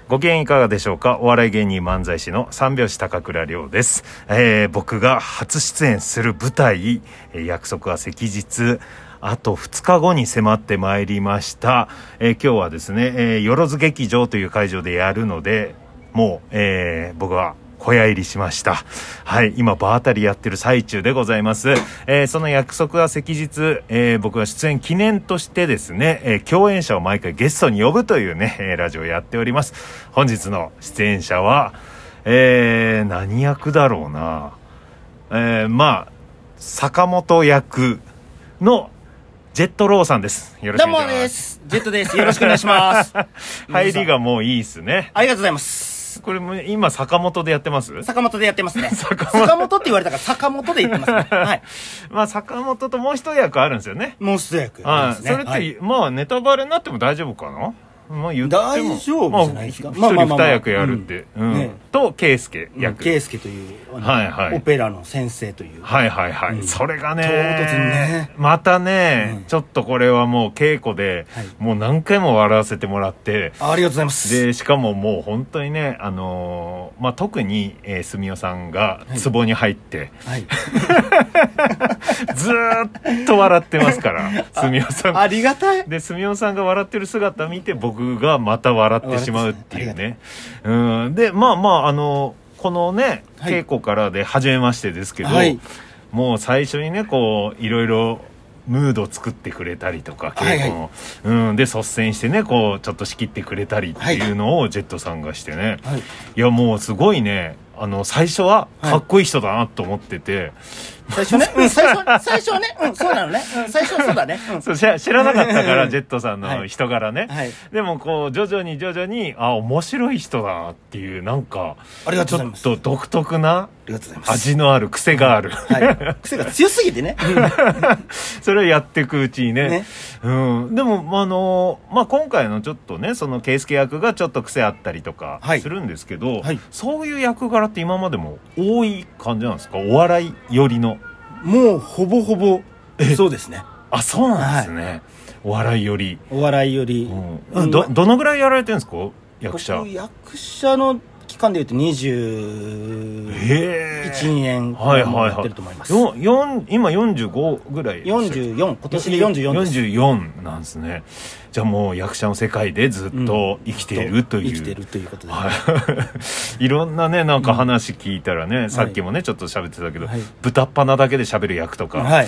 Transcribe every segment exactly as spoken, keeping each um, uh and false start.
ご機嫌いかがでしょうか。お笑い芸人漫才師の三拍子高倉涼です、えー、僕が初出演する舞台、約束は昔日、あとふつかごに迫ってまいりました、えー、今日はですね、えー、よろず劇場という会場でやるので、もう、えー、僕は小屋入りしました。はい、今場当たりやってる最中でございます。えー、その約束は昔日、えー、僕は出演記念としてですね、えー、共演者を毎回ゲストに呼ぶというね、えー、ラジオをやっております。本日の出演者は、えー、何役だろうな、えー、まあ坂本役のジェットローさんです。よろしくお願いします。 どうもです。ジェットです。よろしくお願いします。 入りがもういいですね。 ありがとうございます。 これも今坂本でやってます？ 坂本でやってますね。 坂本、 坂本って言われたから坂本で言ってますね。はい。 まあ坂本ともう一役あるんですよね。 もう一役あるんですね。それって、 はい、 まあネタバレになっても大丈夫かな？まあ言っても大丈夫じゃないですか。 まあ一人二役やるって、 うんうんね、と圭介役、 圭介というはいはい、 オペラの先生という、 はいはいはい、うん、それがね、 唐突にね、 またね、うん、ちょっとこれはもう稽古で、 はい、 もう何回も笑わせてもらって、 ありがとうございます。 でしかももう本当にね、あのー、まあ特に、えー、住代さんが壺に入って、はいはい、ずーっと笑ってますから住代さんあ, ありがたい。 で住代さんが笑ってる姿見て僕がまた笑ってしまうっていうね。うん、でまあまああのこのね、はい、稽古からで初めましてですけど、はい、もう最初にねこういろいろムード作ってくれたりとか稽古の、はいはい、うん、で率先してねこうちょっと仕切ってくれたりっていうのをジェットさんがしてね、はい、いやもうすごいね、あの最初はかっこいい人だなと思ってて、 はい、最初ね、うん、最初最初はね、うん、そうなのね、うん、最初はそうだね、うん、 そう知ら、知らなかったからジェットさんの人柄ね、 はい、 でもこう徐々に徐々にあ面白い人だなっていう、なんかありがとうございます、 ちょっと独特な味のある癖がある、 はい、癖が強すぎてねそれをやっていくうちにね、ね、うん、でもあの、まあ、今回のちょっとねその圭介役がちょっと癖あったりとかするんですけど、はいはい、そういう役柄って今までも多い感じなんですか？お笑い寄りの。 もうほぼほぼそうですね。 あ、そうなんですね、はい、お笑い寄りお笑い寄り、 うん、ど, どのぐらいやられてるんですか役者？ 僕役者の期間でいうとにじゅういち、にねんやってると思います。 はいはいはい、今よんじゅうごぐらいよんじゅうよん、今年でよんじゅうよんです。 よんじゅうよんなんですね。じゃあもう役者の世界でずっと生きているという、うん、 生きているということで、 はい、いろんなねなんか話聞いたらね、うん、さっきもね、はい、ちょっと喋ってたけど、はい、豚っ鼻だけで喋る役とか、はい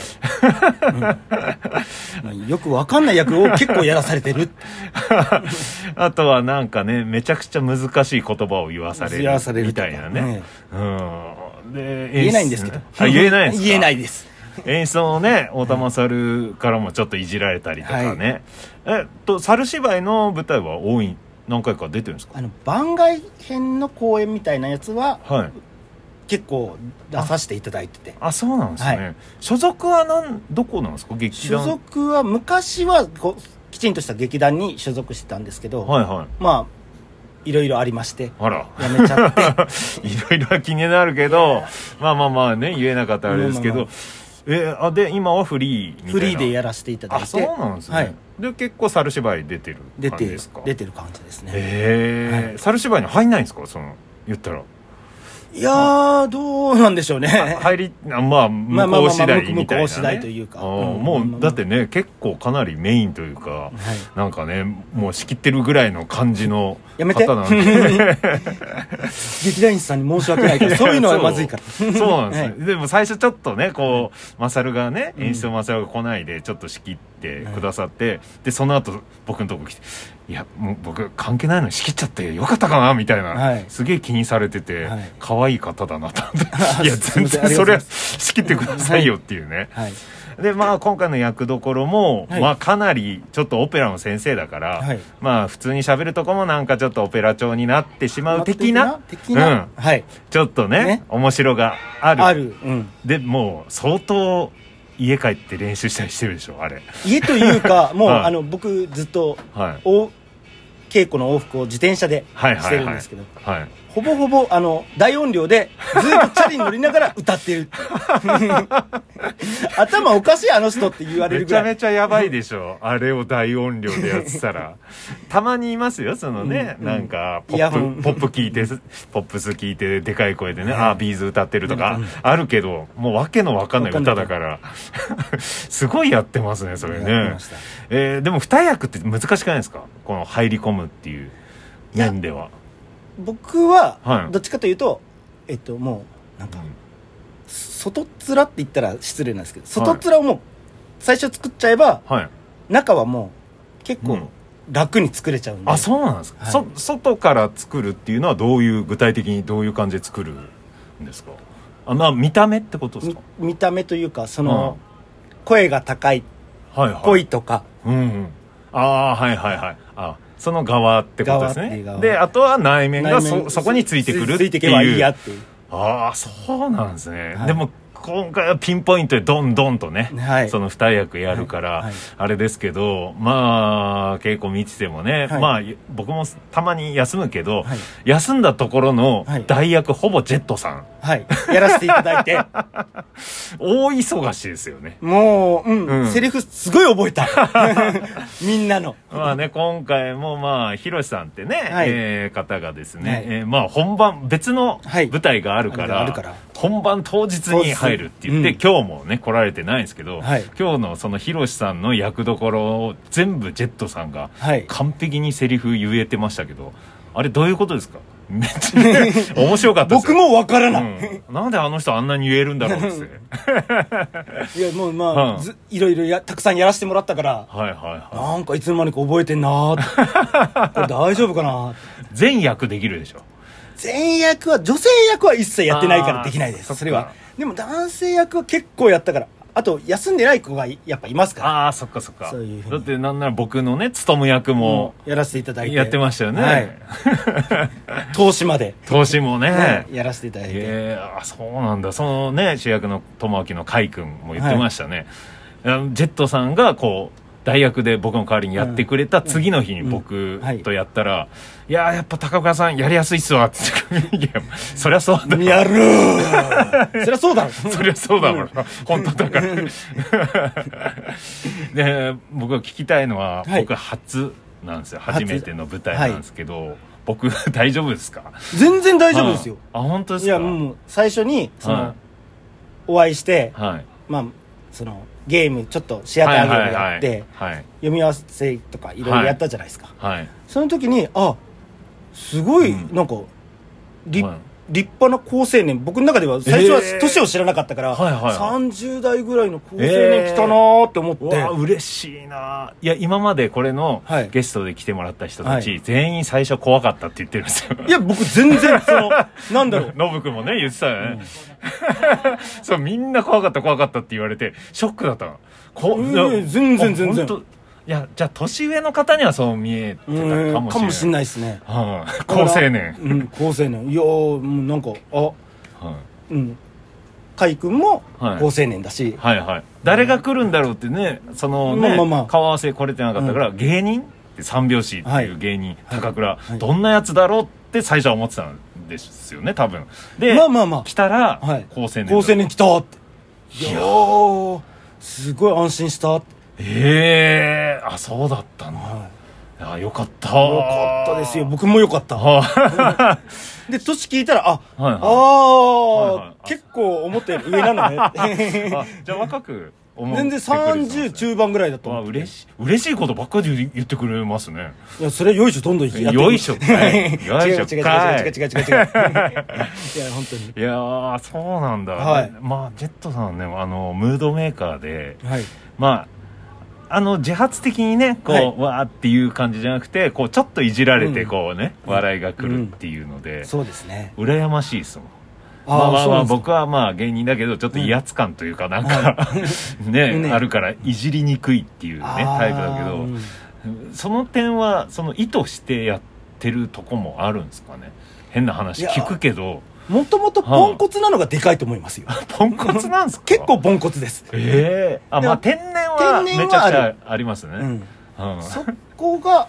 うん、よくわかんない役を結構やらされてるあとはなんかねめちゃくちゃ難しい言葉を言わされるみたいなね、うん、で言えないんですけどあ言えないんですか？ 言えないです。 演奏のね太田勝からもちょっといじられたりとかね、はい、えっと猿芝居の舞台は多い何回か出てるんですか？ あの番外編の公演みたいなやつは、はい、結構出させていただいてて。 あ、そうなんですね、はい、所属はなんどこなんですか？劇団。 所属は昔はこうきちんとした劇団に所属してたんですけど、はいはい、まあいろいろありましてあらやめちゃっていろいろは気になるけどまあまあまあね言えなかったあれですけど、まあまあまあえー、あで今はフリーみたいな。 フリーでやらせていただいて。 あ、そうなんですね、はい、で結構猿芝居出てる感じですか？ 出てる感じですね。 へえ、はい、猿芝居に入んないんですか？その言ったらいやーどうなんでしょうね。 入りあまあ向こう次第みたいな、ね、向こう次第というか、 うん、もうだってね結構かなりメインというか、はい、なんかねもう仕切ってるぐらいの感じの方なんで劇団員さんに申し訳ないからそういうのはまずいからそうなんですね、はい、でも最初ちょっとねこうマサルがね演出のマサルが来ないでちょっと仕切ってくださって、はい、でその後僕のとこ来ていやもう僕関係ないのに仕切っちゃってよかったかなみたいな、はい、すげえ気にされてて、はい、可愛い方だなと思っていや全然それは仕切ってくださいよっていうね、はいはい、でまあ今回の役どころも、はい、まあかなりちょっとオペラの先生だから、はい、まあ普通に喋るとこもなんかちょっとオペラ調になってしまう的な、 的な、うんはい、 ちょっと ね, ね面白があるある、うん、 でもう相当家帰って練習したりしてるでしょあれ。 家というかもう、はい、あの僕ずっと、はい、お稽稽古の往復を自転車でしてるんですけど、 はいはいはい、 ほぼほぼあの大音量でずっとチャリに乗りながら歌ってる頭おかしいあの人って言われるぐらい。 めちゃめちゃやばいでしょあれを大音量でやってたらたまにいますよそのね、うん、なんかポップ、ポップ聞いてポップス聞いてでかい声でね、うん、あービーズ歌ってるとかあるけど、もうわけのわかんない歌だからすごいやってますねそれね。えー、でも二役って難しくないですか、この入り込むっていう面では。 僕はどっちかというと、はい、えっともうなんか、うん、外っ面って言ったら失礼なんですけど、外っ面をもう最初作っちゃえば、はい、中はもう結構楽に作れちゃうんで、うん、 あそうなんですか、はい、そ外から作るっていうのはどういう具体的にどういう感じで作るんですか。あ、まあ、見た目ってことですか。 見, 見た目というかその、うん、声が高い、はいはい、声とか、 うんうん、ああはいはいはい、あその側ってことですね。であとは内面が そ, そこについてくるっていう。ついてけばいいやっていう。ああそうなんですね、はい、でも今回はピンポイントでドンドンとね、はい、その二役やるから、はいはい、あれですけど、まあ稽古見ててもね、はい、まあ僕もたまに休むけど、はい、休んだところの代役、はい、ほぼジェットさん、 はい、やらせていただいて大忙しですよね。 もう、うんうん、セリフすごい覚えたみんなのまあね今回もまあひろしさんってね、はい、えー、方がですね、はい、えー、まあ本番別の舞台があるから、はい、あるから本番当日に入るって言って、うん、今日もね来られてないんですけど、はい、今日のそのひろしさんの役どころを全部ジェットさんが完璧にセリフ言えてましたけど、あれどういうことですか。めっちゃ面白かったですよ。 僕もわからない、 うん、なんであの人あんなに言えるんだろうっていやもうまあ、うん、ずいろいろやたくさんやらせてもらったから、はいはいはい、なんかいつの間にか覚えてんなーこれ大丈夫かな全役できるでしょ。 全役は女性役は一切やってないからできないです。それはでも男性役は結構やったから。あと休んでない子がやっぱいますから。 ああそっかそっか。そういうだってなんなら僕のね務役も、 うん、やらせていただいてやってましたよね、はい、 投資まで投資もね、 ね、やらせていただいて、 えー、あそうなんだ。そのね主役の友明の海君も言ってましたね、はい、ジェットさんがこう代役で僕の代わりにやってくれた次の日に僕とやったら、うんうんはい、いややっぱ高倉さんやりやすいっすわっていやそりゃそうだやるーそりゃそうだそりゃそうだもん本当だからで僕が聞きたいのは、はい、僕初なんですよ。初めての舞台なんですけど、はい、僕大丈夫ですか。 全然大丈夫ですよ。 あ本当ですか。 いやもう最初にその、はい、お会いして、はい、まあそのゲームちょっとシアターゲームやって、はいはいはい、読み合わせとかいろいろやったじゃないですか、はいはい、その時にあすごいなんか、うん、立, 立派な高青年。僕の中では最初は年を知らなかったから、えーはいはいはい、さんじゅう代ぐらいの高青年来たなーって思って、えー、 わ嬉しいな。いや今までこれのゲストで来てもらった人たち、はい、全員最初怖かったって言ってるんですよ。 いや僕全然そのなんだろうノブ君もね言ってたよね、うん、そうみんな怖かった怖かったって言われてショックだったの。こ、えー、全然全然いやじゃあ年上の方にはそう見えてたかもしれない。 かもしれないですね、 はあ、高青年、 うん、高青年。いやもうなんかあ、はい、うん海君も高青年だし、 はい、はいはい誰が来るんだろうってねそのね、まあまあまあ、顔合わせ来れてなかったから、うん、芸人って三拍子っていう芸人、はい、高倉、はい、どんなやつだろうって最初は思ってたんですよね多分で、まあまあまあ、来たら、はい、高青年高青年来たっていやーすごい安心したって。 ええー、あそうだったんだ、はい、あよかったよかったですよ。僕もよかったで年聞いたらあ、はいはい、あー、はいはい、結構思ったより上なのねあじゃあ若く思全然さんじゅう中盤ぐらいだと思って、 嬉し嬉しいことばっかり言ってくれますね。 いやそれよいしょどんどんやってよいしょかいよいしょかい違う違う違う違う違う違ういや本当にいやそうなんだ、はい、まあジェットさんねあのムードメーカーで、はい、まああの自発的にねこう、はい、わーっていう感じじゃなくてこうちょっといじられてこうね、うん、笑いが来るっていうので、 うん、そうですね羨ましいですもん。あまあまあまあ僕はまあ芸人だけどちょっと威圧感というかなんか、うん、ね, ねあるからいじりにくいっていうねタイプだけど、うん、その点はその意図してやってるとこもあるんですかね。変な話聞くけどもともとポンコツなのがでかいと思いますよ、はあ、ポンコツなんですか。 結構ポンコツです。 ええー、あまあ天然はめちゃくちゃありますね、うんうん、そこがあって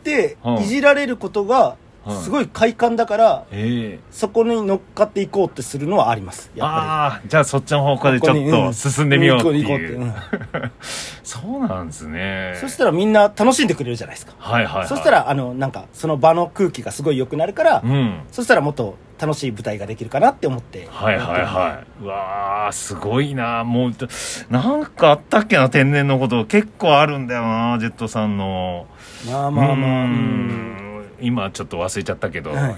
ていじられることがすごい快感だから、うん、そこに乗っかっていこうってするのはあります。やっぱりああ、じゃあそっちの方向でちょっと進んでみようっていう、うん、そうなんですね。 そしたらみんな楽しんでくれるじゃないですか。 はいはい、はい、 そしたらあのなんかその場の空気がすごい良くなるから、うん、そしたらもっと楽しい舞台ができるかなって思って。 はいはいはい。うわーすごいな。もうなんかあったっけな、天然のこと結構あるんだよな、ジェットさんの。 まあまあまあ、うん、 今ちょっと忘れちゃったけど、はい、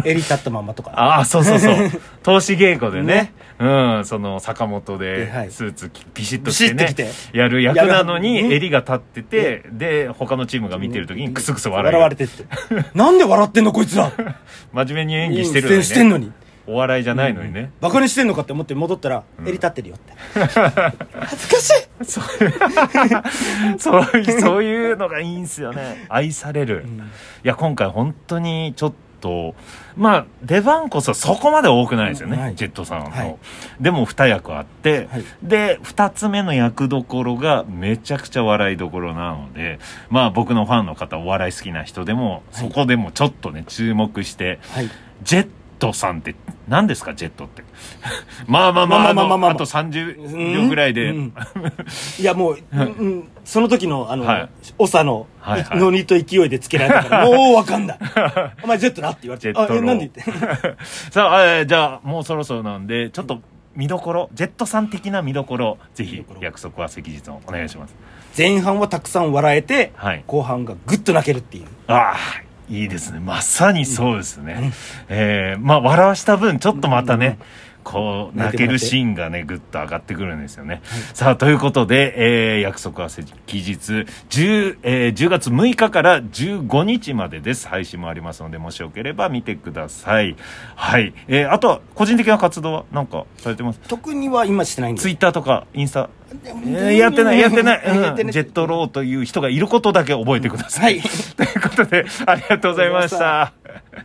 襟立ったままとかああそうそうそう投資稽古でね、ね、うん、その坂本でスーツピシッとしてね、てやる役なのに襟が立ってて、で他のチームが見てる時にクスクス笑い笑われてってなんで笑ってんのこいつら真面目に演技してるのにね、 してんのにお笑いじゃないのにね、うん、 バカにしてんのかって思って戻ったら、うん、襟立ってるよって恥ずかしいそうそういうそういうのがいいんすよね、愛される、うん、いや今回本当にちょっとまあ出番こそそこまで多くないですよね、はい、ジェットさんの、はい、でもに役あって、はい、でふたつめの役どころがめちゃくちゃ笑いどころなので、まあ僕のファンの方お笑い好きな人でも、はい、そこでもちょっとね注目して、はい、ジェットジェットさんって何ですかジェットってまあまあまあまあまあまああとさんじゅうびょうぐらいで、うんうん、 いやもう、うん、その時のあの、はい、長のノリと勢いでつけられたから、はいはい、もう分かんないお前ジェットだって言われてあえ何で言ってさあ、えー、じゃあもうそろそろなんでちょっと見どころジェットさん的な見どころぜひ約束は昔日をお願いします。 前半はたくさん笑えて、はい、後半がグッと泣けるっていう。 ああいいですね、まさにそうですね、うん、えー、まあ笑わした分ちょっとまたね、うんうん、こう泣けるシーンがねぐっと上がってくるんですよね、はい、さあということで、えー、約束は期日 10,、えー、じゅうがつむいかからじゅうごにちまでです。配信もありますのでもしよければ見てください。はい、えー、あとは個人的な活動は何かされてます？ 特には今してないんでツイッターとかインスタえー、やってないやってない、うん、ジェットローという人がいることだけ覚えてください、うん、はいということでありがとうございました。